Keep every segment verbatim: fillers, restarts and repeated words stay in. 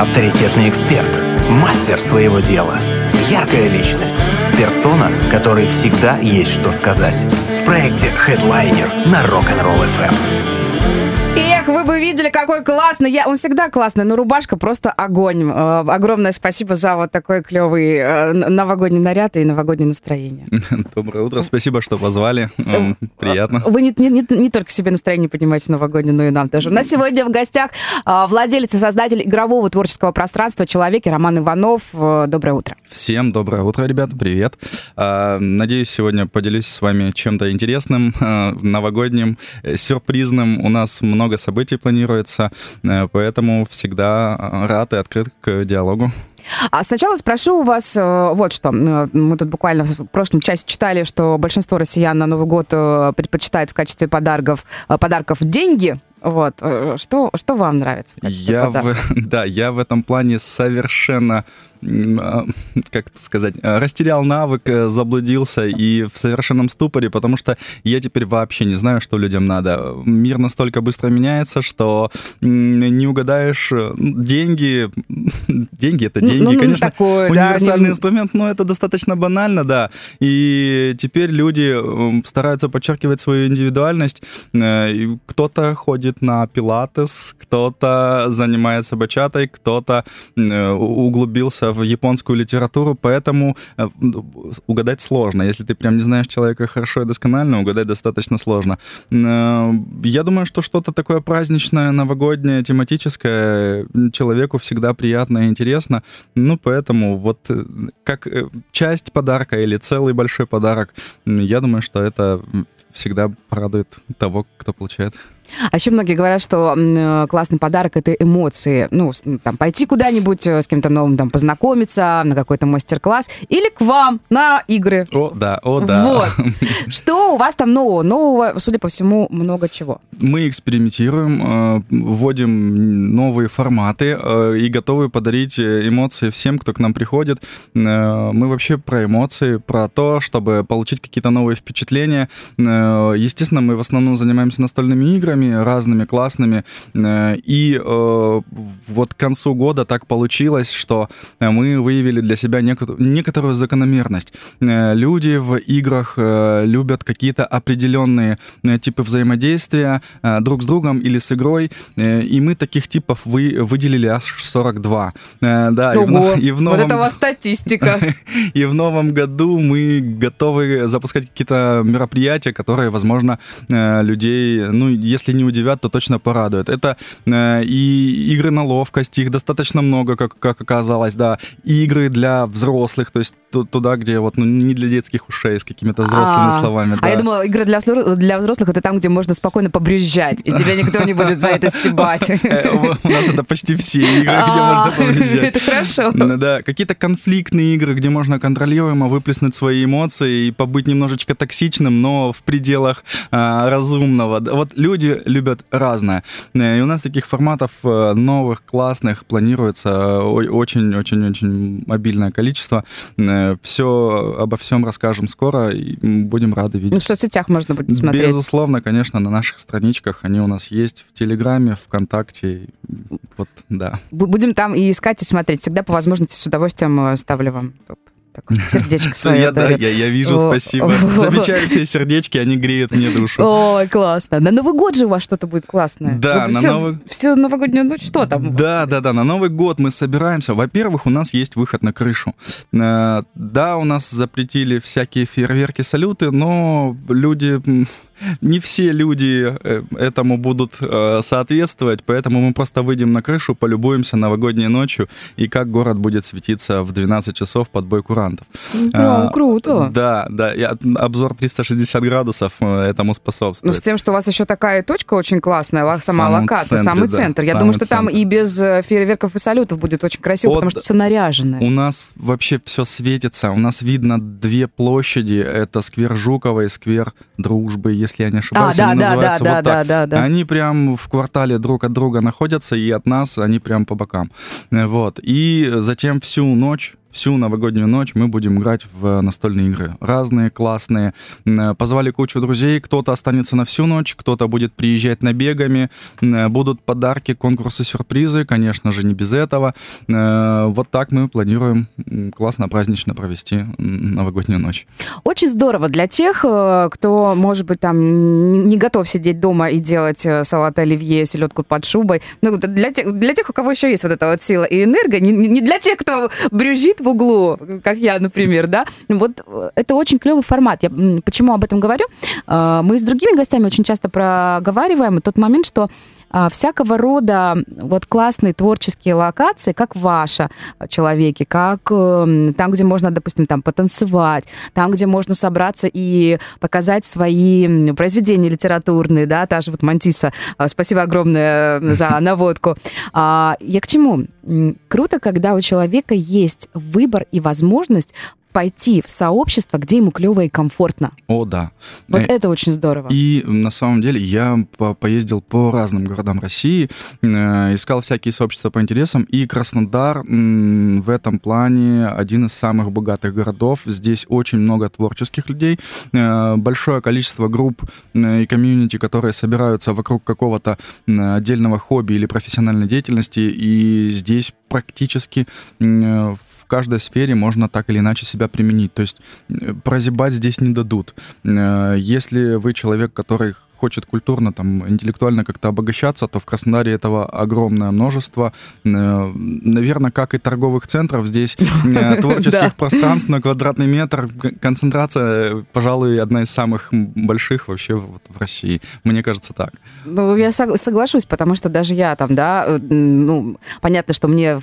авторитетный эксперт, мастер своего дела, яркая личность, персона, которой всегда есть что сказать. В проекте Headliner на Rock'n'Roll эф эм. Эх, вы бы видели, какой классный. Я... Он всегда классный, но рубашка просто огонь. Э, огромное спасибо за вот такой клевый э, новогодний наряд и новогоднее настроение. Доброе утро, спасибо, что позвали. Приятно. Вы не, не, не, не только себе настроение поднимаете новогоднее, но и нам тоже. У нас сегодня в гостях э, владелец и создатель игрового творческого пространства «Человеки» Роман Иванов. Э, доброе утро. Всем доброе утро, ребята, привет. Э, надеюсь, сегодня поделюсь с вами чем-то интересным, э, новогодним, э, сюрпризным. У нас много событий планируется, э, поэтому всегда рад и открыт к диалогу. А сначала спрошу у вас э, вот что. Мы тут буквально в прошлом часе читали, что большинство россиян на Новый год э, предпочитают в качестве подарков, э, подарков деньги. Вот. Что, что вам нравится в качестве я подарка? в, да, я в этом плане совершенно, как это сказать, растерял навык, заблудился и в совершенном ступоре, потому что я теперь вообще не знаю, что людям надо. Мир настолько быстро меняется, что не угадаешь. Деньги, деньги — это деньги, ну, ну, конечно, такое, универсальный да, инструмент, но это достаточно банально, да. И теперь люди стараются подчеркивать свою индивидуальность. Кто-то ходит на пилатес, кто-то занимается бачатой, кто-то углубился в японскую литературу, поэтому угадать сложно. Если ты прям не знаешь человека хорошо и досконально, угадать достаточно сложно. Я думаю, что что-то такое праздничное, новогоднее, тематическое человеку всегда приятно и интересно. Ну, поэтому вот как часть подарка или целый большой подарок, я думаю, что это всегда порадует того, кто получает. А еще многие говорят, что классный подарок — это эмоции. Ну, там, пойти куда-нибудь с кем-то новым, там, познакомиться, на какой-то мастер-класс, или к вам на игры. О, да, о, да. Вот. Что у вас там нового? Нового, судя по всему, много чего. Мы экспериментируем, вводим новые форматы и готовы подарить эмоции всем, кто к нам приходит. Мы вообще про эмоции, про то, чтобы получить какие-то новые впечатления. Естественно, мы в основном занимаемся настольными играми, разными, классными. И э, вот к концу года так получилось, что мы выявили для себя некоторую, некоторую закономерность. Люди в играх любят какие-то определенные типы взаимодействия друг с другом или с игрой, и мы таких типов вы, выделили аж сорок два. Да, Ого, и в, и в новом, вот это у вас статистика. И в новом году мы готовы запускать какие-то мероприятия, которые, возможно, людей, ну, если не удивят, то точно порадуют. Это э, и игры на ловкость, их достаточно много, как, как оказалось, да. И игры для взрослых, то есть туда, где вот ну, не для детских ушей, с какими-то взрослыми а, словами. А да. Я думала, игры для, для взрослых — это там, где можно спокойно побрюзжать, и тебя никто не будет за это стебать. У нас это почти все игры, где можно побрюзжать. Это хорошо. Да, какие-то конфликтные игры, где можно контролируемо выплеснуть свои эмоции и побыть немножечко токсичным, но в пределах разумного. Вот люди любят разное. И у нас таких форматов новых, классных планируется очень-очень-очень обильное количество. Все, обо всем расскажем скоро и будем рады видеть. Ну, в соцсетях можно будет смотреть. Безусловно, конечно, на наших страничках. Они у нас есть в Телеграме, ВКонтакте. Вот, да. Будем там и искать, и смотреть. Всегда по возможности с удовольствием ставлю вам топ. Так, сердечко свое. Я, да, я, я вижу, спасибо. Замечаю все сердечки, они греют мне душу. Ой, классно. На Новый год же у вас что-то будет классное. Да, вот на все, Новый... Всю новогоднюю ночь, что там? Да, да, да, на Новый год мы собираемся. Во-первых, у нас есть выход на крышу. Да, у нас запретили всякие фейерверки, салюты, но люди... Не все люди этому будут соответствовать, поэтому мы просто выйдем на крышу, полюбуемся новогодней ночью и как город будет светиться в двенадцать часов под бой курантов. О, круто. Да, да, и обзор триста шестьдесят градусов этому способствует. Ну, с тем, что у вас еще такая точка очень классная, сама локация, центре, самый да, центр. Я самый думаю, что центр. Там и без фейерверков и салютов будет очень красиво, От... потому что все наряженное. У нас вообще все светится, у нас видно две площади, это сквер Жукова и сквер Дружбы, если если я не ошибаюсь, а, они да, называются да, вот да, так. Да, да, да. Они прям в квартале друг от друга находятся, и от нас они прям по бокам. Вот. И затем всю ночь всю новогоднюю ночь мы будем играть в настольные игры. Разные, классные. Позвали кучу друзей, кто-то останется на всю ночь, кто-то будет приезжать набегами, будут подарки, конкурсы, сюрпризы, конечно же, не без этого. Вот так мы планируем классно, празднично провести новогоднюю ночь. Очень здорово для тех, кто, может быть, там не готов сидеть дома и делать салат оливье, селедку под шубой. Ну, для тех, для тех, у кого еще есть вот эта вот сила и энергия, не, не для тех, кто брюзжит в углу, как я, например, да. Вот это очень клевый формат. Я почему об этом говорю? Мы с другими гостями очень часто проговариваем тот момент, что всякого рода вот классные творческие локации, как ваша, человеки, как там, где можно, допустим, там потанцевать, там, где можно собраться и показать свои произведения литературные, да, та же вот Мантиса, спасибо огромное за наводку. Я к чему? Круто, когда у человека есть выбор и возможность пойти в сообщество, где ему клево и комфортно. О, да. Вот это очень здорово. И на самом деле я по- поездил по разным городам России, э, искал всякие сообщества по интересам, и Краснодар м, в этом плане один из самых богатых городов. Здесь очень много творческих людей, э, большое количество групп э, и комьюнити, которые собираются вокруг какого-то э, отдельного хобби или профессиональной деятельности, и здесь практически э, в каждой сфере можно так или иначе себя применить. То есть прозябать здесь не дадут. Если вы человек, который хочет культурно, там, интеллектуально как-то обогащаться, то в Краснодаре этого огромное множество. Наверное, как и торговых центров, здесь творческих пространств на квадратный метр. Концентрация, пожалуй, одна из самых больших вообще в России. Мне кажется, так. Ну, я соглашусь, потому что даже я там, да, ну, понятно, что мне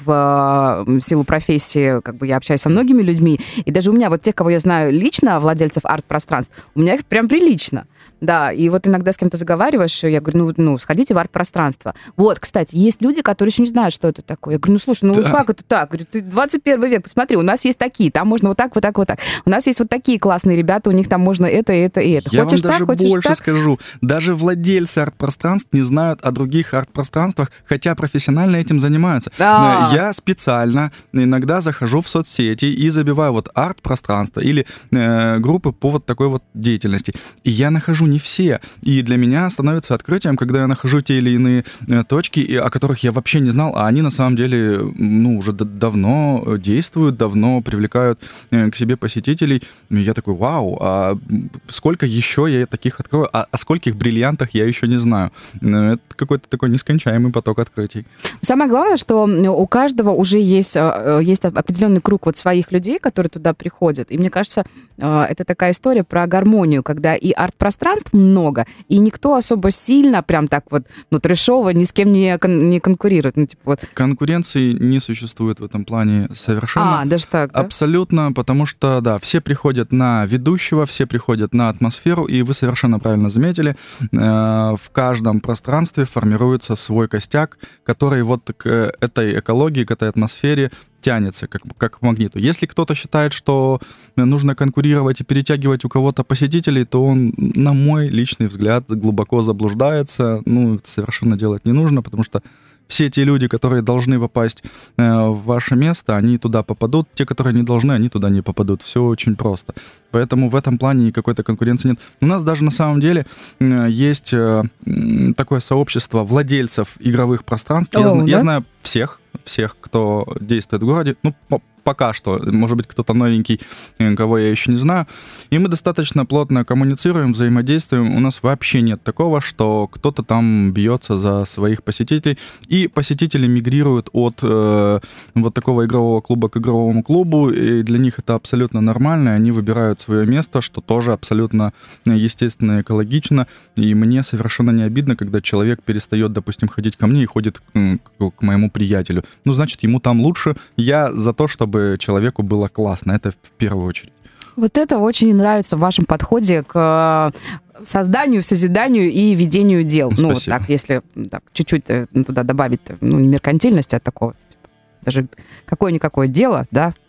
в силу профессии, как бы я общаюсь со многими людьми, и даже у меня вот тех, кого я знаю лично, владельцев арт-пространств, у меня их прям прилично. Да, и вот иногда с кем-то заговариваешь, я говорю, ну, ну сходите в арт-пространство. Вот, кстати, есть люди, которые еще не знают, что это такое. Я говорю, ну, слушай, ну, да. Как это так? Говорю, ты двадцать первый век, посмотри, у нас есть такие, там можно вот так, вот так, вот так. У нас есть вот такие классные ребята, у них там можно это, это и это. Я хочешь вам так, даже хочешь больше так? скажу. Даже владельцы арт-пространств не знают о других арт-пространствах, хотя профессионально этим занимаются. А-а-а. Я специально иногда захожу в соцсети и забиваю вот арт-пространство или э, группы по вот такой вот деятельности. И я нахожу не все. И для меня становится открытием, когда я нахожу те или иные точки, о которых я вообще не знал, а они на самом деле, ну, уже д- давно действуют, давно привлекают к себе посетителей. И я такой, вау, а сколько еще я таких открою, а о скольких бриллиантах я еще не знаю. Это какой-то такой нескончаемый поток открытий. Самое главное, что у каждого уже есть, есть определенный круг вот своих людей, которые туда приходят. И мне кажется, это такая история про гармонию, когда и арт-пространств много, и никто особо сильно, прям так вот, ну, трэшово ни с кем не, кон- не конкурирует. Ну, типа вот. Конкуренции не существует в этом плане совершенно. А, даже так, да? Абсолютно, потому что, да, все приходят на ведущего, все приходят на атмосферу, и вы совершенно правильно заметили, э, в каждом пространстве формируется свой костяк, который вот к этой экологии, к этой атмосфере тянется, как, как к магниту. Если кто-то считает, что нужно конкурировать и перетягивать у кого-то посетителей, то он, на мой личный взгляд, глубоко заблуждается. Ну, это совершенно делать не нужно, потому что все те люди, которые должны попасть э, в ваше место, они туда попадут. Те, которые не должны, они туда не попадут. Все очень просто. Поэтому в этом плане какой-то конкуренции нет. У нас даже на самом деле э, есть э, такое сообщество владельцев игровых пространств. О, я, да? я знаю всех, всех, кто действует в городе. Ну, по- пока что. Может быть, кто-то новенький, кого я еще не знаю. И мы достаточно плотно коммуницируем, взаимодействуем. У нас вообще нет такого, что кто-то там бьется за своих посетителей. И посетители мигрируют от э, вот такого игрового клуба к игровому клубу. И для них это абсолютно нормально. Они выбирают свое место, что тоже абсолютно естественно и экологично. И мне совершенно не обидно, когда человек перестает, допустим, ходить ко мне и ходит к, к моему приятелю. Ну, значит, ему там лучше. Я за то, чтобы человеку было классно. Это в первую очередь. Вот это очень нравится в вашем подходе к созданию, созиданию и ведению дел. Спасибо. Ну, вот так, если так, чуть-чуть туда добавить, ну, не меркантильность, а такого, даже какое-никакое дело, да,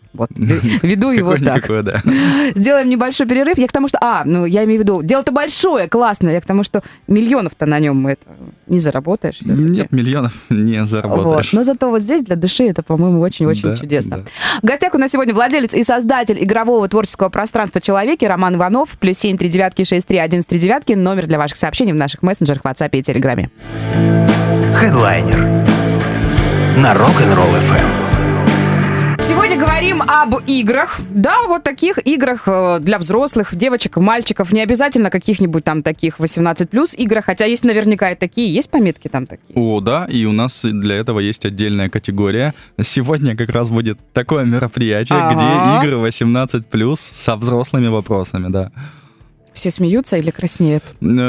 Вот, веду его так. Да. Сделаем небольшой перерыв. Я к тому, что... А, ну, я имею в виду, дело-то большое, классное. Я к тому, что миллионов-то на нем это не заработаешь. Все-таки. Нет, миллионов не заработаешь. Вот. Но зато вот здесь для души это, по-моему, очень-очень да, чудесно. Да. В гостях у нас сегодня владелец и создатель игрового творческого пространства «Человеки» Роман Иванов. Плюс семь три девятки шесть три один три девятки. Номер для ваших сообщений в наших мессенджерах, WhatsApp и Телеграме. Хедлайнер на Rock'n'Roll эф эм. Сегодня говорим об играх. Да, вот таких играх для взрослых, девочек, мальчиков. Не обязательно каких-нибудь там таких восемнадцать плюс играх, хотя есть наверняка и такие. Есть пометки там такие? О, да, и у нас для этого есть отдельная категория. Сегодня как раз будет такое мероприятие, ага. где игры восемнадцать плюс со взрослыми вопросами, да. Все смеются или краснеют?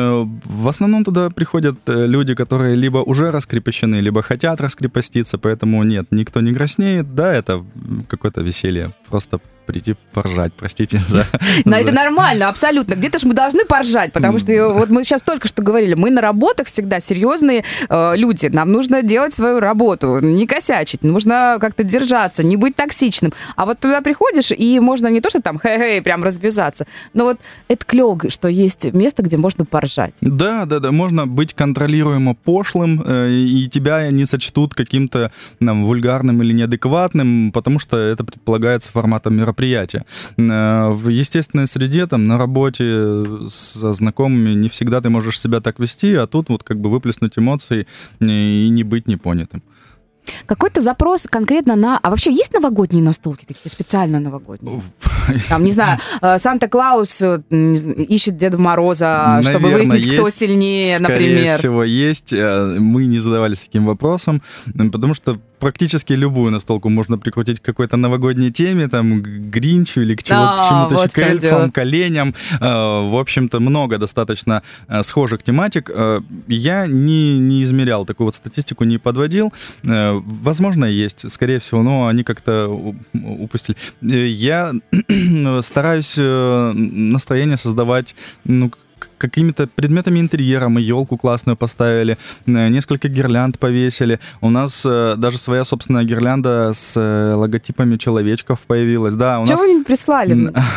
В основном туда приходят люди, которые либо уже раскрепощены, либо хотят раскрепоститься, поэтому нет, никто не краснеет. Да, это какое-то веселье, просто прийти поржать, простите за... Но это нормально, абсолютно. Где-то же мы должны поржать, потому что вот мы сейчас только что говорили, мы на работах всегда серьезные э, люди, нам нужно делать свою работу, не косячить, нужно как-то держаться, не быть токсичным. А вот туда приходишь, и можно не то, что там хе-хе, прям развязаться, но вот это клево, что есть место, где можно поржать. Да, да, да, можно быть контролируемо пошлым, э, и тебя не сочтут каким-то там, вульгарным или неадекватным, потому что это предполагается форматом мероприятия. мероприятия. В естественной среде, там, на работе со знакомыми не всегда ты можешь себя так вести, а тут вот как бы выплеснуть эмоции и не быть непонятым. Какой-то запрос конкретно на... А вообще есть новогодние настолки? Какие-то специально новогодние? Там, не знаю, Санта-Клаус ищет Деда Мороза, наверное, чтобы выяснить, есть, кто сильнее, скорее например. Скорее всего, есть. Мы не задавались таким вопросом, потому что практически любую настолку можно прикрутить к какой-то новогодней теме, там, к Гринчу или к чему-то, а, чему-то вот к эльфам, к оленям. В общем-то, много достаточно схожих тематик. Я не, не измерял такую вот статистику, не подводил. Возможно, есть, скорее всего, но они как-то упустили. Я стараюсь настроение создавать, ну, какими-то предметами интерьера. Мы елку классную поставили, несколько гирлянд повесили. У нас э, даже своя собственная гирлянда с э, логотипами человечков появилась. Да, у Чего нас... вы не прислали?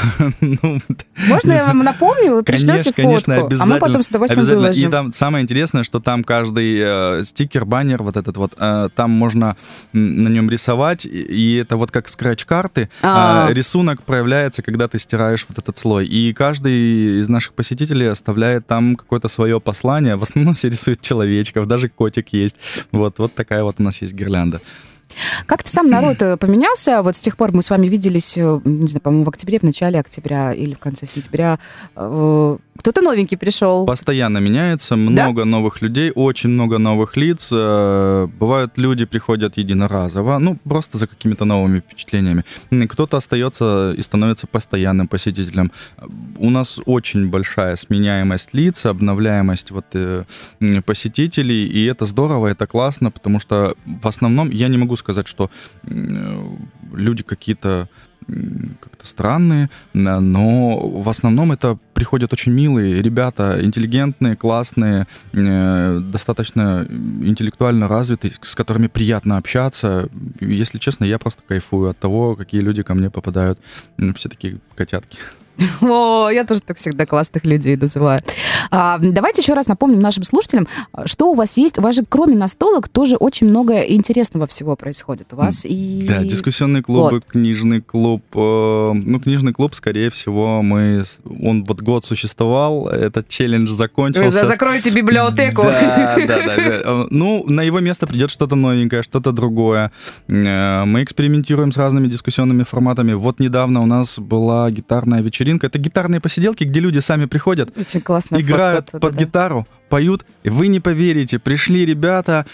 Можно я вам напомню? Вы пришлете фотку, а мы потом с удовольствием выложим. И там самое интересное, что там каждый э, стикер, баннер, вот этот вот, э, там можно на нем рисовать, и это вот как скретч-карты. Э, рисунок проявляется, когда ты стираешь вот этот слой. И каждый из наших посетителей оставляет там какое-то свое послание. В основном все рисуют человечков, даже котик есть. Вот, вот такая вот у нас есть гирлянда. Как-то сам народ поменялся. Вот с тех пор мы с вами виделись, не знаю, по-моему, в октябре, в начале октября или в конце сентября. Кто-то новенький пришел. Постоянно меняется, много да? новых людей, очень много новых лиц. Бывают, люди приходят единоразово, ну, просто за какими-то новыми впечатлениями. Кто-то остается и становится постоянным посетителем. У нас очень большая сменяемость лиц, обновляемость вот посетителей, и это здорово, это классно, потому что в основном я не могу сказать, что люди какие-то как-то странные, но в основном это приходят очень милые ребята, интеллигентные, классные, достаточно интеллектуально развитые, с которыми приятно общаться. Если честно, я просто кайфую от того, какие люди ко мне попадают. Все такие котятки. О, я тоже так всегда классных людей называю. А, давайте еще раз напомним нашим слушателям, что у вас есть. У вас же кроме настолок тоже очень много интересного всего происходит у вас. И... Да, дискуссионные клубы, вот. Книжный клуб. Ну, книжный клуб, скорее всего, мы... Он вот год существовал, этот челлендж закончился. Вы закроете библиотеку. Да, да, да. Ну, на его место придет что-то новенькое, что-то другое. Мы экспериментируем с разными дискуссионными форматами. Вот недавно у нас была гитарная вечеринка. Это гитарные посиделки, где люди сами приходят, очень классно, играют фото, под да, гитару, поют. И вы не поверите, пришли ребята,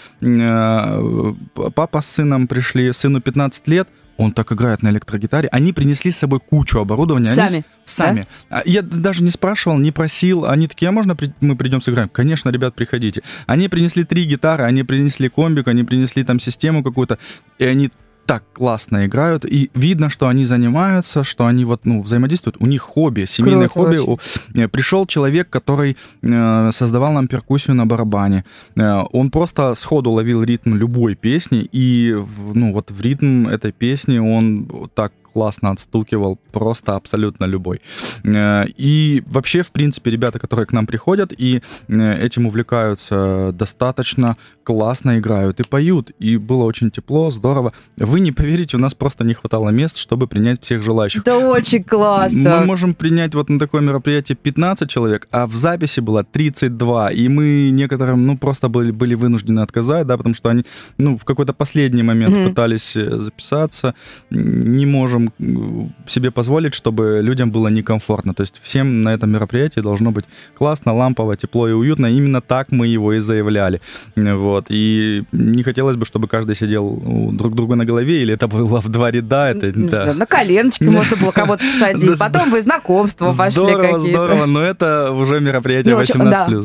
папа с сыном пришли, сыну пятнадцать лет, он так играет на электрогитаре. Они принесли с собой кучу оборудования. Сами? Они... Сами. Да? Я даже не спрашивал, не просил. Они такие, а можно при... мы придем сыграем? Конечно, ребят, приходите. Они принесли три гитары, они принесли комбик, они принесли там систему какую-то, и они так классно играют, и видно, что они занимаются, что они вот, ну, взаимодействуют. У них хобби, семейное Круто, хобби. Очень. Пришел человек, который э, создавал нам перкуссию на барабане. Э, он просто сходу ловил ритм любой песни, и в, ну, вот в ритм этой песни он так классно отстукивал, просто абсолютно любой. И вообще, в принципе, ребята, которые к нам приходят и этим увлекаются, достаточно классно играют и поют. И было очень тепло, здорово. Вы не поверите, у нас просто не хватало мест, чтобы принять всех желающих. Это очень классно. Мы можем принять вот на такое мероприятие пятнадцать человек, а в записи было тридцать два. И мы некоторым, ну, просто были, были вынуждены отказать, да, потому что они, ну, в какой-то последний момент mm-hmm. пытались записаться. Не можем себе позволить, чтобы людям было некомфортно. То есть всем на этом мероприятии должно быть классно, лампово, тепло и уютно. Именно так мы его и заявляли. Вот. И не хотелось бы, чтобы каждый сидел друг другу на голове, или это было в два ряда. Это, да. На коленочке можно было кого-то посадить. Потом вы знакомства пошли какие-то. Здорово, здорово, но это уже мероприятие восемнадцать плюс.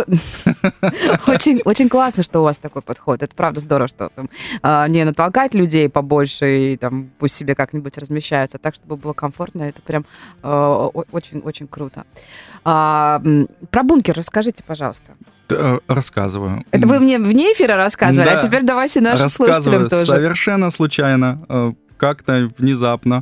Очень классно, что у вас такой подход. Это правда здорово, что там не натолкать людей побольше и там пусть себе как-нибудь размещаются, так, чтобы было комфортно. Это прям очень-очень круто. Про бункер расскажите, пожалуйста. Рассказываю. Это вы мне вне эфира рассказывали, да. А теперь давайте нашим слушателям тоже. Совершенно случайно, как-то внезапно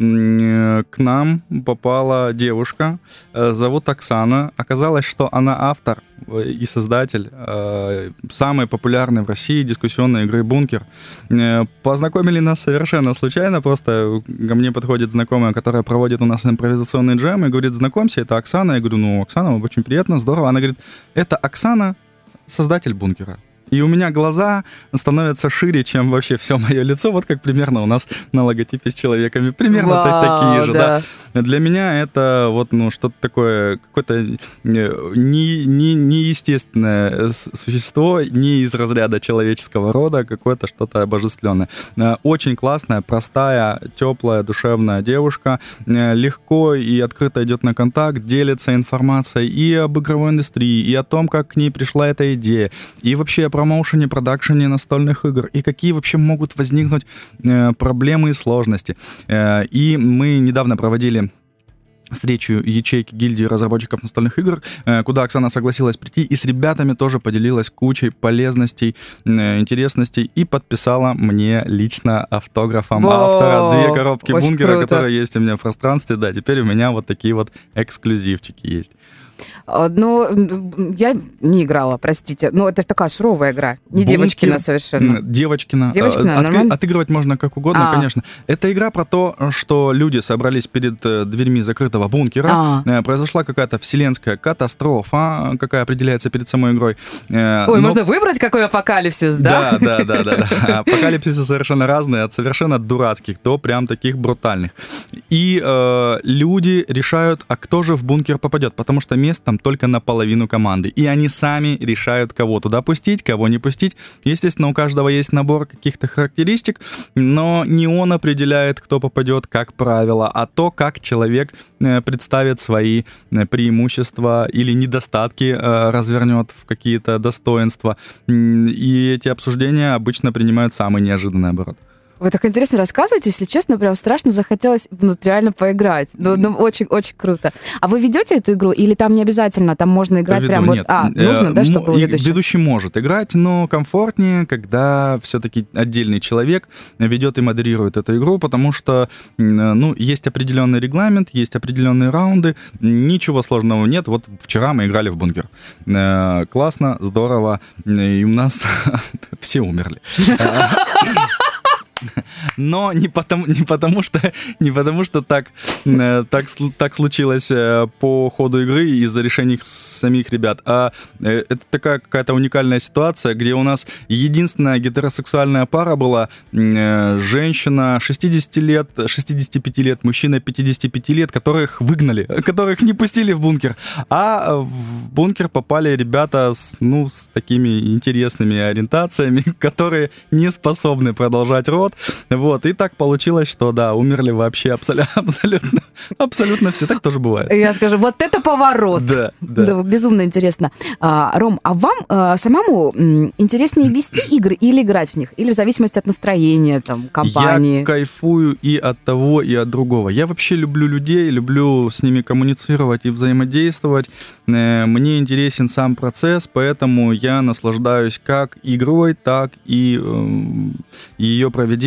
к нам попала девушка, зовут Оксана. Оказалось, что она автор и создатель самой популярной в России дискуссионной игры «Бункер». Познакомили нас совершенно случайно, просто ко мне подходит знакомая, которая проводит у нас импровизационный джем, и говорит: знакомься, это Оксана. Я говорю: ну, Оксана, очень приятно, здорово. Она говорит: это Оксана, создатель «Бункера». И у меня глаза становятся шире, чем вообще все мое лицо. Вот как примерно у нас на логотипе с человеками. Примерно Вау, такие же, да. да. Для меня это вот, ну, что-то такое, какое-то не, не, неестественное существо, не из разряда человеческого рода, какое-то что-то обожествленное. Очень классная, простая, теплая, душевная девушка. Легко и открыто идет на контакт, делится информацией и об игровой индустрии, и о том, как к ней пришла эта идея, и вообще промоушене, продакшене настольных игр, и какие вообще могут возникнуть э, проблемы и сложности. Э, и мы недавно проводили встречу ячейки гильдии разработчиков настольных игр, э, куда Оксана согласилась прийти, и с ребятами тоже поделилась кучей полезностей, э, интересностей, и подписала мне лично автографом О, автора две коробки «Бункера», круто. Которые есть у меня в пространстве. Да, теперь у меня вот такие вот эксклюзивчики есть. Ну, я не играла, простите. Но это такая суровая игра. Не Бункер, девочкина совершенно. Девочкина. Девочкина, От, отыгрывать можно как угодно, а. конечно. Это игра про то, что люди собрались перед дверьми закрытого бункера. А. Произошла какая-то вселенская катастрофа, какая определяется перед самой игрой. Ой, Но... можно выбрать, какой апокалипсис, да? Да, да, да, да, да. Апокалипсисы совершенно разные, от совершенно дурацких до прям таких брутальных. И э, люди решают, а кто же в бункер попадет, потому что мест там только наполовину команды. И они сами решают, кого туда пустить, кого не пустить. Естественно, у каждого есть набор каких-то характеристик, но не он определяет, кто попадет, как правило, а то, как человек представит свои преимущества или недостатки, развернет в какие-то достоинства. И эти обсуждения обычно принимают самый неожиданный оборот. Вы так интересно рассказываете, если честно, прям страшно захотелось ну, реально поиграть. Ну, ну, очень-очень круто. А вы ведете эту игру или там не обязательно, там можно играть Веду, прям нет. вот... А, нужно, да, чтобы был ведущий? Ведущий может играть, но комфортнее, когда все-таки отдельный человек ведет и модерирует эту игру, потому что, ну, есть определенный регламент, есть определенные раунды, ничего сложного нет. Вот вчера мы играли в бункер. Классно, здорово, и у нас все умерли. Но не потому, не потому что, не потому что так, так, так случилось по ходу игры из-за решений самих ребят, а это такая какая-то уникальная ситуация, где у нас единственная гетеросексуальная пара была женщина шестидесяти лет, шестидесяти пяти лет, мужчина пятидесяти пяти лет, которых выгнали, которых не пустили в бункер. А в бункер попали ребята с, ну, с такими интересными ориентациями, которые не способны продолжать род. Вот, и так получилось, что, да, умерли вообще абсолютно, абсолютно, абсолютно все. Так тоже бывает. Я скажу, вот это поворот. Да, да. Да, безумно интересно. А, Ром, а вам а, самому интереснее вести игры или играть в них? Или в зависимости от настроения, там, компании? Я кайфую и от того, и от другого. Я вообще люблю людей, люблю с ними коммуницировать и взаимодействовать. Мне интересен сам процесс, поэтому я наслаждаюсь как игрой, так и э, ее проведением,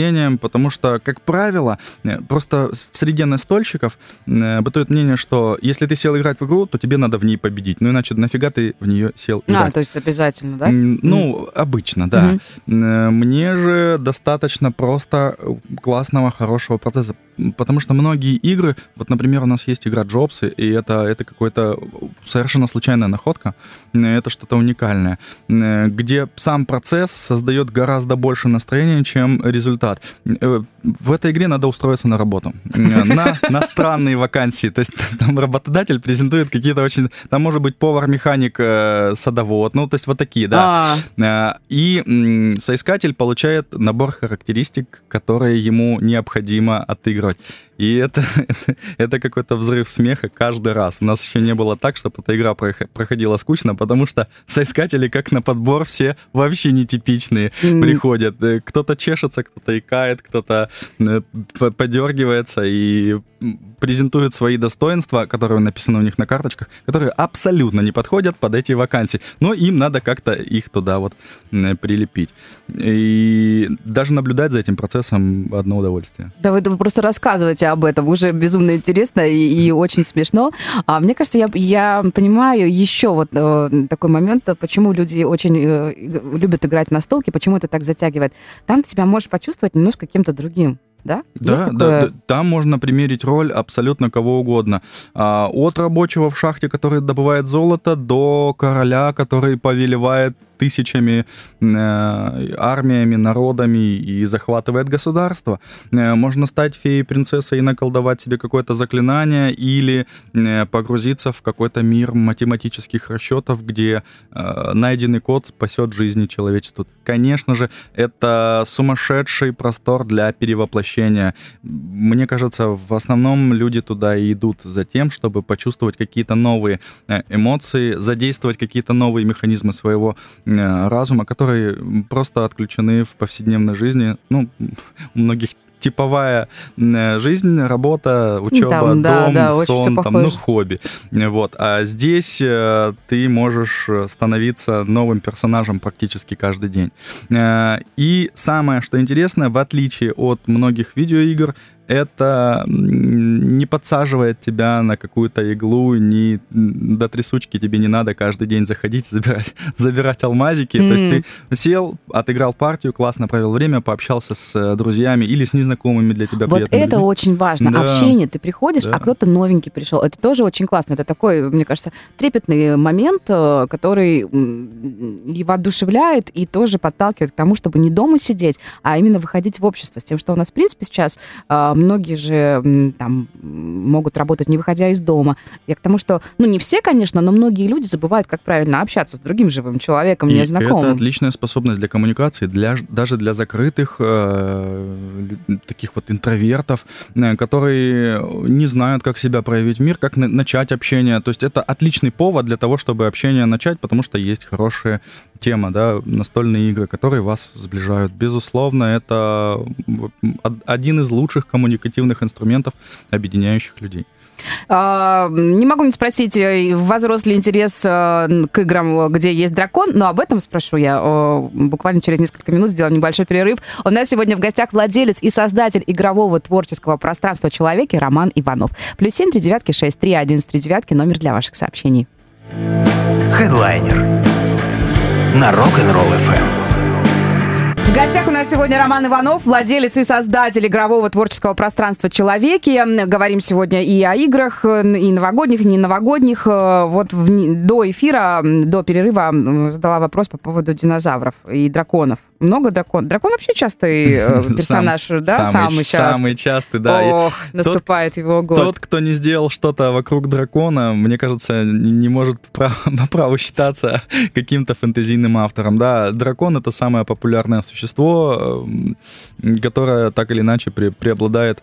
потому что, как правило, просто в среде настольщиков бытует мнение, что если ты сел играть в игру, то тебе надо в ней победить. Ну, иначе нафига ты в нее сел играть? А, то есть обязательно, да? Ну, mm. обычно, да. Mm-hmm. Мне же достаточно просто классного, хорошего процесса, потому что многие игры, вот, например, у нас есть игра Джобсы, и это, это какая-то совершенно случайная находка, это что-то уникальное, где сам процесс создает гораздо больше настроения, чем результат. В этой игре надо устроиться на работу, на, на странные вакансии, то есть там работодатель презентует какие-то очень... Там может быть повар, механик, садовод, ну, то есть вот такие, да. А. И соискатель получает набор характеристик, которые ему необходимо отыгрывать. И это, это, это какой-то взрыв смеха каждый раз. У нас еще не было так, чтобы эта игра проходила скучно, потому что соискатели, как на подбор, все вообще нетипичные mm-hmm. приходят. Кто-то чешется, кто-то икает, кто-то подергивается и презентуют свои достоинства, которые написаны у них на карточках, которые абсолютно не подходят под эти вакансии. Но им надо как-то их туда вот прилепить. И даже наблюдать за этим процессом одно удовольствие. Да, вы, вы просто рассказываете об этом. Уже безумно интересно и, и очень смешно. А мне кажется, я, я понимаю еще вот э, такой момент, почему люди очень э, любят играть в настолки, почему это так затягивает. Там ты себя можешь почувствовать немножко каким-то другим. Да? Да, да, да, там можно примерить роль абсолютно кого угодно. А, от рабочего в шахте, который добывает золото, до короля, который повелевает тысячами э, армиями, народами и захватывает государство. Э, можно стать феей, принцессой и наколдовать себе какое-то заклинание или э, погрузиться в какой-то мир математических расчетов, где э, найденный код спасет жизни человечеству. Конечно же, это сумасшедший простор для перевоплощения. Мне кажется, в основном люди туда и идут за тем, чтобы почувствовать какие-то новые эмоции, задействовать какие-то новые механизмы своего разума, которые просто отключены в повседневной жизни. Ну, у многих типовая жизнь, работа, учеба, там, да, дом, да, сон, там, ну, хобби. Вот. А здесь э, ты можешь становиться новым персонажем практически каждый день. Э, и самое, что интересно, в отличие от многих видеоигр, это не подсаживает тебя на какую-то иглу, не, до трясучки тебе не надо каждый день заходить, забирать, забирать алмазики. Mm-hmm. То есть ты сел, отыграл партию, классно провел время, пообщался с друзьями или с незнакомыми для тебя вот приятными это людьми. Очень важно. Да. Общение. Ты приходишь, да. а кто-то новенький пришел. Это тоже очень классно. Это такой, мне кажется, трепетный момент, который и воодушевляет, и тоже подталкивает к тому, чтобы не дома сидеть, а именно выходить в общество. С тем, что у нас, в принципе, сейчас многие же там могут работать, не выходя из дома. Я к тому, что, ну, не все, конечно, но многие люди забывают, как правильно общаться с другим живым человеком, и незнакомым. Это отличная способность для коммуникации, для, даже для закрытых э, таких вот интровертов, э, которые не знают, как себя проявить в мир, как на- начать общение. То есть это отличный повод для того, чтобы общение начать, потому что есть хорошая тема, да, настольные игры, которые вас сближают. Безусловно, это один из лучших коммуникативных инструментов, объединяющих людей. Не могу не спросить, возрос ли интерес к играм, где есть дракон, но об этом спрошу я буквально через несколько минут, сделаем небольшой перерыв. У нас сегодня в гостях владелец и создатель игрового творческого пространства «Человеки» Роман Иванов. Плюс семь, три девятки, шесть, три, один, три девятки, номер для ваших сообщений. Хедлайнер на Rock'n'Roll эф эм. В гостях у нас сегодня Роман Иванов, владелец и создатель игрового творческого пространства «Человеки». Говорим сегодня и о играх, и новогодних, и не новогодних. Вот в, до эфира, до перерыва задала вопрос по поводу динозавров и драконов. Много драконов? Дракон вообще частый персонаж, Сам, да? Самый, самый частый. Самый частый, да. Ох, наступает тот, его год. Тот, кто не сделал что-то вокруг дракона, мне кажется, не может по праву считаться каким-то фэнтезийным автором. Да, дракон — это самое популярное существо, которое так или иначе преобладает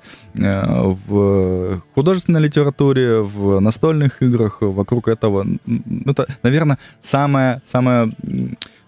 в художественной литературе, в настольных играх. Вокруг этого, это, наверное, самое, самое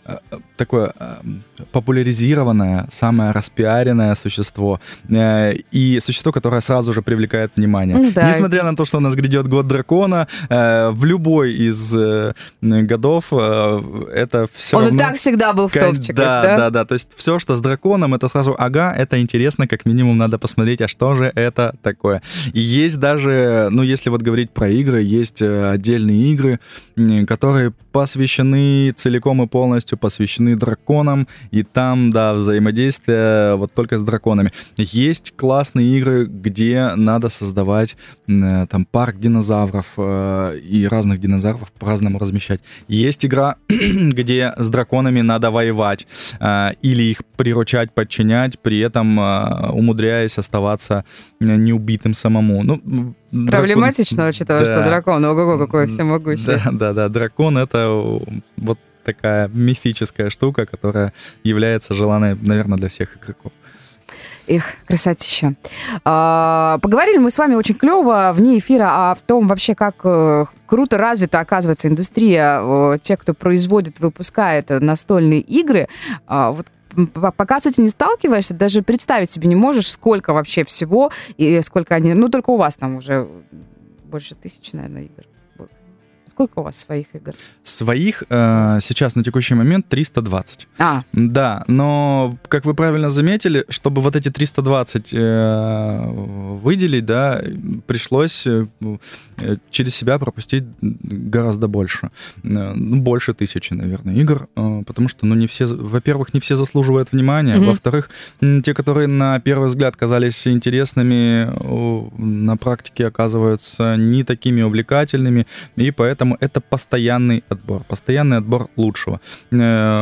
такое популяризированное, самое распиаренное существо. И существо, которое сразу же привлекает внимание. Да. Несмотря на то, что у нас грядет год дракона, в любой из годов это все Он равно... Он и так всегда был в топчиках, да? Да, да, да. То есть все, что с драконом, это сразу, ага, это интересно, как минимум надо посмотреть, а что же это такое. И есть даже, ну, если вот говорить про игры, есть отдельные игры, которые посвящены целиком и полностью, посвящены драконам, и там, да, взаимодействие вот только с драконами. Есть классные игры, где надо создавать там парк динозавров и разных динозавров по-разному размещать. Есть игра, где с драконами надо воевать или их приручать, подчинять, при этом умудряясь оставаться неубитым самому. Ну, проблематично, дракон... учитывая, да. что дракон, ого-го, какой всемогущий. Да, да, да, дракон — это вот такая мифическая штука, которая является желанной, наверное, для всех игроков. Эх, красотища. А, поговорили мы с вами очень клево вне эфира о том вообще, как э, круто развита, оказывается, индустрия э, тех, кто производит, выпускает настольные игры. А, вот пока с этим не сталкиваешься, даже представить себе не можешь, сколько вообще всего и сколько они... Ну, только у вас там уже больше тысячи, наверное, игр. Сколько у вас своих игр? Своих э, сейчас на текущий момент триста двадцать. А. Да, но, как вы правильно заметили, чтобы вот эти триста двадцать э, выделить, да, пришлось э, через себя пропустить гораздо больше. Э, ну, больше тысячи, наверное, игр, э, потому что, ну, не все, во-первых, не все заслуживают внимания, mm-hmm. во-вторых, те, которые на первый взгляд казались интересными, на практике оказываются не такими увлекательными, и поэтому это постоянный отбор, постоянный отбор лучшего. У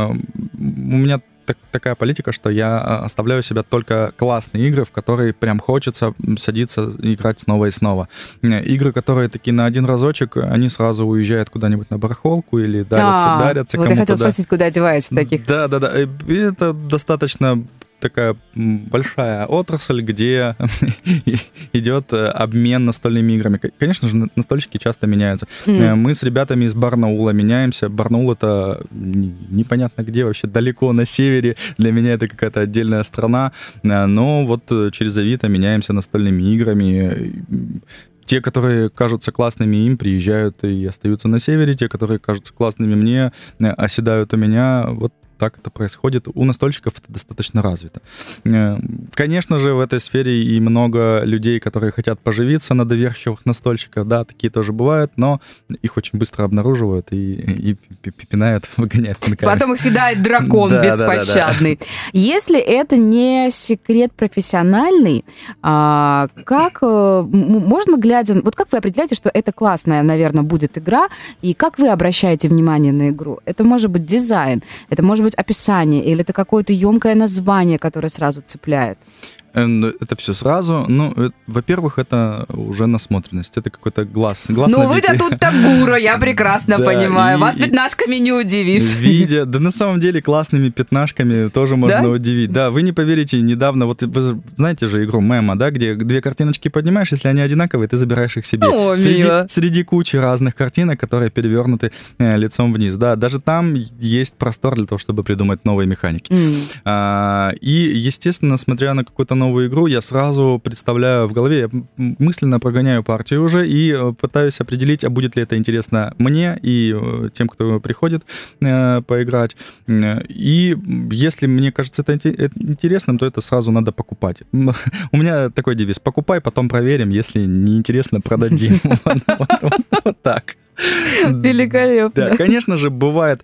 меня так, такая политика, что я оставляю себя только классные игры, в которые прям хочется садиться играть снова и снова. Игры, которые такие на один разочек, они сразу уезжают куда-нибудь на барахолку или дарятся, а, дарятся вот кому-то. Вот я хотела да. спросить, куда одеваете таких? Да, да, да. Это достаточно... такая большая отрасль, где идет обмен настольными играми. Конечно же, настольщики часто меняются. Mm. Мы с ребятами из Барнаула меняемся. Барнаул — это непонятно где, вообще далеко на севере. Для меня это какая-то отдельная страна. Но вот через Авито меняемся настольными играми. Те, которые кажутся классными им, приезжают и остаются на севере. Те, которые кажутся классными мне, оседают у меня. Вот так это происходит. У настольщиков это достаточно развито. Конечно же, в этой сфере и много людей, которые хотят поживиться на доверчивых настольщиках. Да, такие тоже бывают, но их очень быстро обнаруживают и, и пинают, выгоняют пинками. Потом их съедает дракон да, беспощадный. Да, да, да. Если это не секрет профессиональный, а, как можно, глядя... Вот как вы определяете, что это классная, наверное, будет игра, и как вы обращаете внимание на игру? Это может быть дизайн, это может быть описание, или это какое-то емкое название, которое сразу цепляет? Это все сразу. Ну, это, во-первых, это уже насмотренность. Это какой-то глаз. глаз ну, вы-то тут Тагура, я прекрасно понимаю. Вас пятнашками не удивишь. Видя, да на самом деле классными пятнашками тоже можно удивить. Да, вы не поверите, недавно, вот вы знаете же игру Мема, да, где две картиночки поднимаешь, если они одинаковые, ты забираешь их себе. О, среди, среди кучи разных картинок, которые перевернуты э, лицом вниз. Да, даже там есть простор для того, чтобы придумать новые механики. Mm. А, и, естественно, смотря на какую-то новую новую игру, я сразу представляю в голове, я мысленно прогоняю партию уже и пытаюсь определить, а будет ли это интересно мне и тем, кто приходит э, поиграть. И если мне кажется это интересным, то это сразу надо покупать. У меня такой девиз: покупай, потом проверим, если не интересно, продадим. Вот так. Великолепно. Да, конечно же, бывает,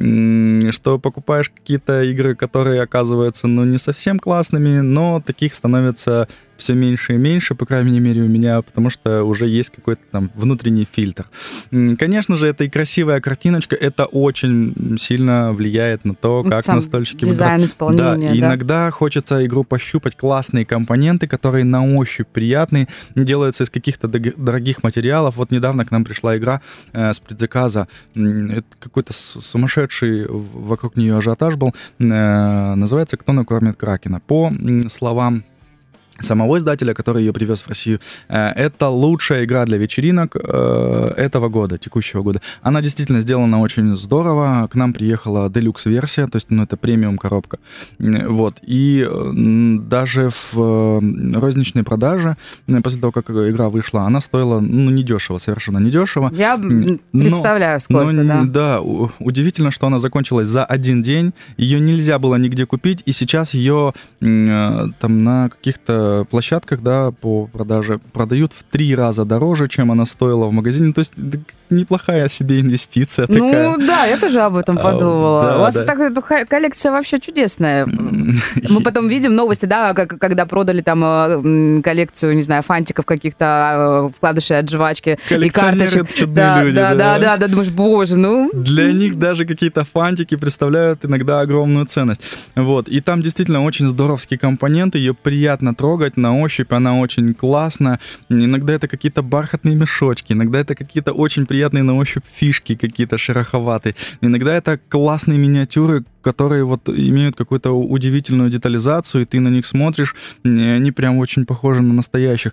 что покупаешь какие-то игры, которые оказываются, ну, не совсем классными, но таких становится все меньше и меньше, по крайней мере, у меня, потому что уже есть какой-то там внутренний фильтр. Конечно же, это и красивая картиночка, это очень сильно влияет на то, как сам настольщики... Дизайн, выбирают. исполнение, да, да. Иногда хочется игру пощупать, классные компоненты, которые на ощупь приятные, делаются из каких-то дорогих материалов. Вот недавно к нам пришла игра э, с предзаказа, это какой-то сумасшедший вокруг нее ажиотаж был, э, называется «Кто накормит Кракена». По словам самого издателя, который ее привез в Россию. Это лучшая игра для вечеринок этого года, текущего года. Она действительно сделана очень здорово. К нам приехала делюкс-версия, то есть, ну, это премиум-коробка. Вот. И даже в розничной продаже, после того, как игра вышла, она стоила, ну, недешево, совершенно недешево. Я но, представляю, сколько, но, да. Да, удивительно, что она закончилась за один день. Ее нельзя было нигде купить, и сейчас ее там на каких-то площадках, да, по продаже продают в три раза дороже, чем она стоила в магазине. То есть неплохая себе инвестиция ну, такая. Ну да, я тоже об этом подумала. А, да, У вас да. такая коллекция вообще чудесная. Мы потом видим новости, да, как, когда продали там коллекцию, не знаю, фантиков каких-то, вкладышей от жвачки и карточек. Да, люди, да, да, да, да, да, думаешь, боже, ну... Для них даже какие-то фантики представляют иногда огромную ценность. Вот. И там действительно очень здоровские компоненты, ее приятно трогать, на ощупь она очень классная. Иногда это какие-то бархатные мешочки, иногда это какие-то очень приятные на ощупь фишки какие-то шероховатые. Иногда это классные миниатюры, которые вот имеют какую-то удивительную детализацию, и ты на них смотришь, они прям очень похожи на настоящих.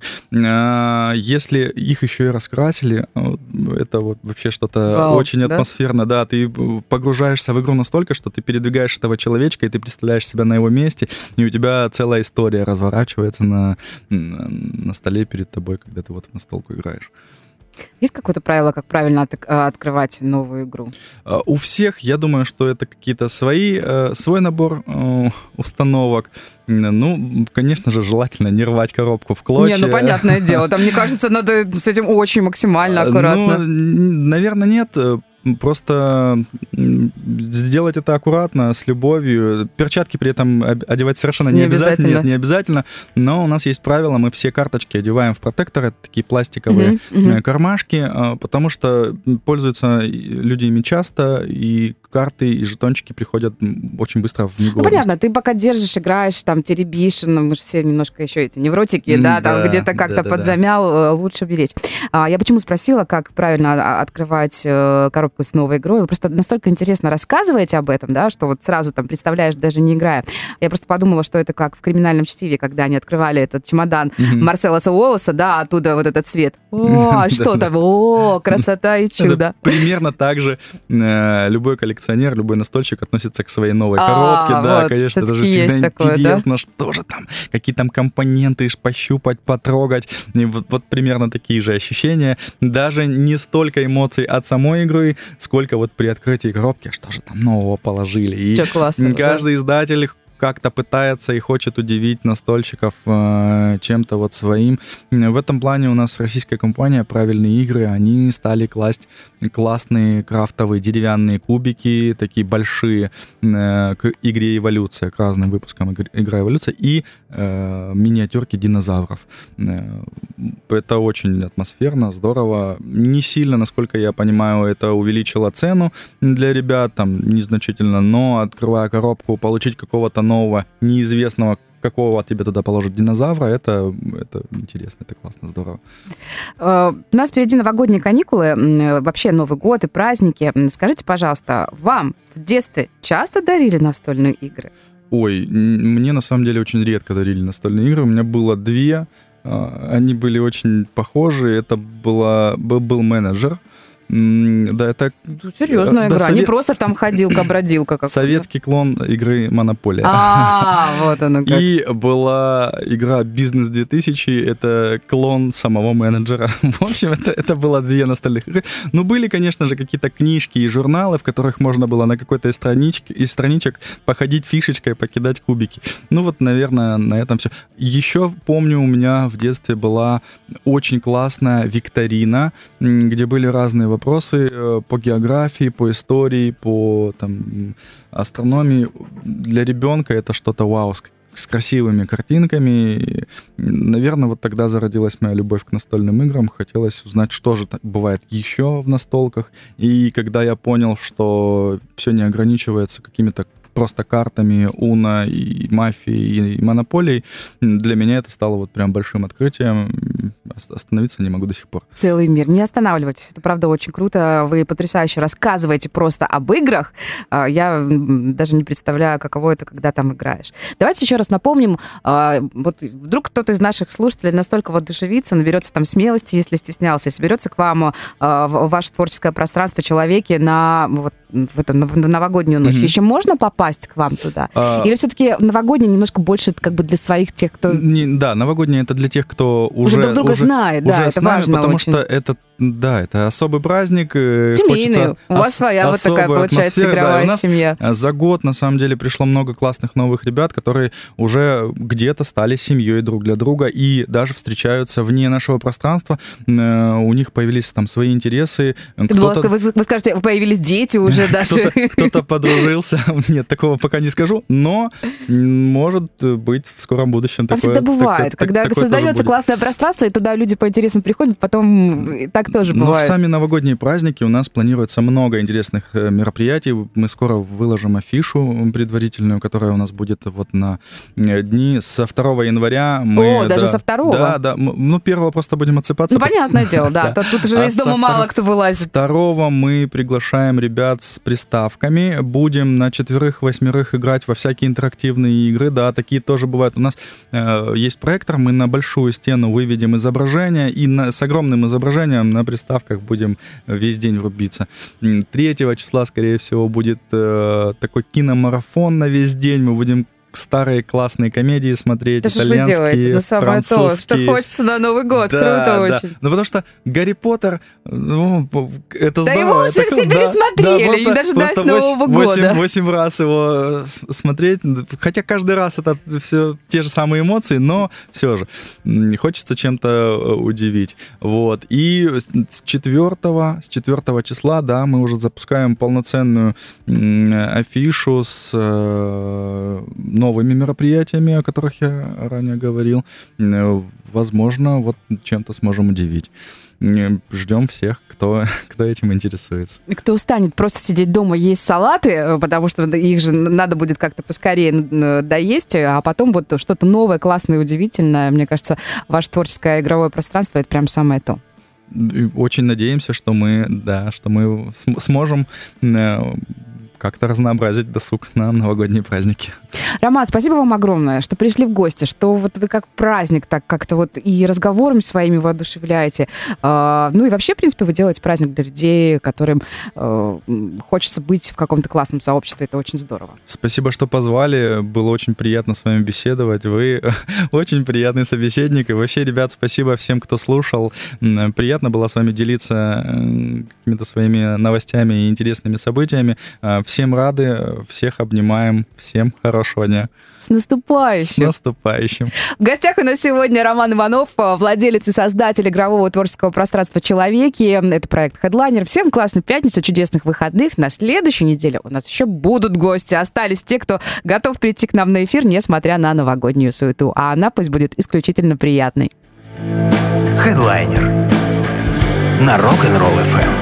Если их еще и раскрасили, это вот вообще что-то Вау, очень да? атмосферно. Да, ты погружаешься в игру настолько, что ты передвигаешь этого человечка, и ты представляешь себя на его месте, и у тебя целая история разворачивается на, на, на столе перед тобой, когда ты вот в настолку играешь. Есть какое-то правило, как правильно от, открывать новую игру? У всех, я думаю, что это какие-то свои, свой набор установок. Ну, конечно же, желательно не рвать коробку в клочья. Не, ну, понятное дело. Там, мне кажется, надо с этим очень максимально аккуратно. Ну, наверное, нет. Просто сделать это аккуратно, с любовью. Перчатки при этом одевать совершенно не, не обязательно. обязательно. Нет, не обязательно. Но у нас есть правило, мы все карточки одеваем в протекторы, это такие пластиковые uh-huh, uh-huh. кармашки, потому что пользуются люди ими часто, и карты и жетончики приходят очень быстро в негодность. Ну, понятно, ты пока держишь, играешь, там, теребишь, ну, мы же все немножко еще эти невротики, да, да там где-то как-то да, подзамял, да, да. лучше беречь. А, я почему спросила, как правильно открывать коробку с новой игрой? Вы просто настолько интересно рассказываете об этом, да, что вот сразу там представляешь, даже не играя. Я просто подумала, что это как в «Криминальном чтиве», когда они открывали этот чемодан mm-hmm. Марселоса Уоллеса, да, оттуда вот этот цвет. О, что там? О, красота и чудо. Примерно так же любой коллекционер, любой настольщик относится к своей новой коробке. Да, конечно, это же всегда интересно, что же там, какие там компоненты, пощупать, потрогать. Вот примерно такие же ощущения. Даже не столько эмоций от самой игры, сколько вот при открытии коробки, что же там нового положили. И классно, каждый да? издатель как-то пытается и хочет удивить настольщиков э, чем-то вот своим. В этом плане у нас российская компания «Правильные игры», они стали класть классные крафтовые деревянные кубики, такие большие, э, к игре «Эволюция», к разным выпускам игры «Игра Эволюция», и э, миниатюрки динозавров. Э, это очень атмосферно, здорово. Не сильно, насколько я понимаю, это увеличило цену для ребят, там, незначительно, но, открывая коробку, получить какого-то нового, неизвестного, какого тебе туда положат динозавра, это, это интересно, это классно, здорово. У нас впереди новогодние каникулы, вообще Новый год и праздники. Скажите, пожалуйста, вам в детстве часто дарили настольные игры? Ой, мне на самом деле очень редко дарили настольные игры. У меня было две, они были очень похожи. Это была, был менеджер. Да, это... Серьезная да, игра, совет... не просто там ходилка-бродилка. Советский клон игры «Монополия». А, вот оно как. И была игра «Бизнес две тысячи», это клон самого менеджера. В общем, это, это было две настольных игры. Ну, были, конечно же, какие-то книжки и журналы, в которых можно было на какой-то из страничек, из страничек походить фишечкой, покидать кубики. Ну, вот, наверное, на этом все. Еще помню, у меня в детстве была очень классная викторина, где были разные вопросы. Вопросы по географии, по истории, по там, астрономии. Для ребенка это что-то вау, с, с красивыми картинками. И, наверное, вот тогда зародилась моя любовь к настольным играм. Хотелось узнать, что же бывает еще в настолках. И когда я понял, что все не ограничивается какими-то просто картами Уно и Мафией и Монополией, для меня это стало вот прям большим открытием. остановиться не могу до сих пор. Целый мир. Не останавливайтесь. Это, правда, очень круто. Вы потрясающе рассказываете просто об играх. Я даже не представляю, каково это, когда там играешь. Давайте еще раз напомним. Вот вдруг кто-то из наших слушателей настолько воодушевится, наберется там смелости, если стеснялся, и соберется к вам в ваше творческое пространство человеки на, вот, в эту в новогоднюю ночь. Mm-hmm. Еще можно попасть к вам туда? А... Или все-таки новогодняя немножко больше как бы для своих тех, кто... Не, да, новогодняя это для тех, кто уже... Уже друг друга уже, знает, уже да, это нами, важно потому очень. что это, да, это особый праздник. Семейный. У вас ос- своя вот такая, получается, игровая да, семья. За год, на самом деле, пришло много классных новых ребят, которые уже где-то стали семьей друг для друга и даже встречаются вне нашего пространства. У них появились там свои интересы. Кто-то... Вы, вы скажете, появились дети уже даже. Кто-то, кто-то подружился. Нет, такого пока не скажу, но может быть в скором будущем такое. А всегда бывает, так, когда так, создается классное пространство, и туда люди по интересам приходят, потом так тоже бывает. Но в сами новогодние праздники у нас планируется много интересных мероприятий. Мы скоро выложим афишу предварительную, которая у нас будет вот на дни со второго января. Мы, О, даже да, со второго? Да, да. Ну, первого просто будем отсыпаться. Ну, понятное дело, да. Тут уже из дома мало кто вылазит. Второго мы приглашаем ребят с приставками. Будем на четверых, восьмерых играть во всякие интерактивные игры. Да, такие тоже бывают. У нас э, есть проектор, мы на большую стену выведем изображение, и на, с огромным изображением на приставках будем весь день рубиться. Третьего числа, скорее всего, будет э, такой киномарафон на весь день. Мы будем старые классные комедии смотреть, это итальянские, что вы делаете? Ну, самое то, что хочется на Новый год. Да, круто да. очень. Ну, потому что Гарри Поттер, ну, это да здорово. его уже это, все да, пересмотрели, да, просто, не дожидаясь Нового года. восемь раз его смотреть, хотя каждый раз это все те же самые эмоции, но все же хочется чем-то удивить. Вот. И с четвертого, с четвертого числа, да, мы уже запускаем полноценную афишу с новыми мероприятиями, о которых я ранее говорил. Возможно, вот чем-то сможем удивить. Ждем всех, кто, кто этим интересуется. И кто устанет просто сидеть дома, есть салаты, потому что их же надо будет как-то поскорее доесть, а потом вот что-то новое, классное, удивительное. Мне кажется, ваше творческое игровое пространство — это прям самое то. Очень надеемся, что мы, да, что мы сможем как-то разнообразить досуг на новогодние праздники. Роман, спасибо вам огромное, что пришли в гости, что вот вы как праздник так как-то вот и разговорами своими воодушевляете. Ну и вообще, в принципе, вы делаете праздник для людей, которым хочется быть в каком-то классном сообществе. Это очень здорово. Спасибо, что позвали. Было очень приятно с вами беседовать. Вы очень приятный собеседник. И вообще, ребят, спасибо всем, кто слушал. Приятно было с вами делиться какими-то своими новостями и интересными событиями. Всем рады, всех обнимаем. Всем хорошего дня. С наступающим. С наступающим. В гостях у нас сегодня Роман Иванов, владелец и создатель игрового творческого пространства «Человеки». Это проект Headliner. Всем классной пятницы, чудесных выходных. На следующей неделе у нас еще будут гости. Остались те, кто готов прийти к нам на эфир, несмотря на новогоднюю суету. А она пусть будет исключительно приятной. Headliner на Rock'n'Roll эф эм.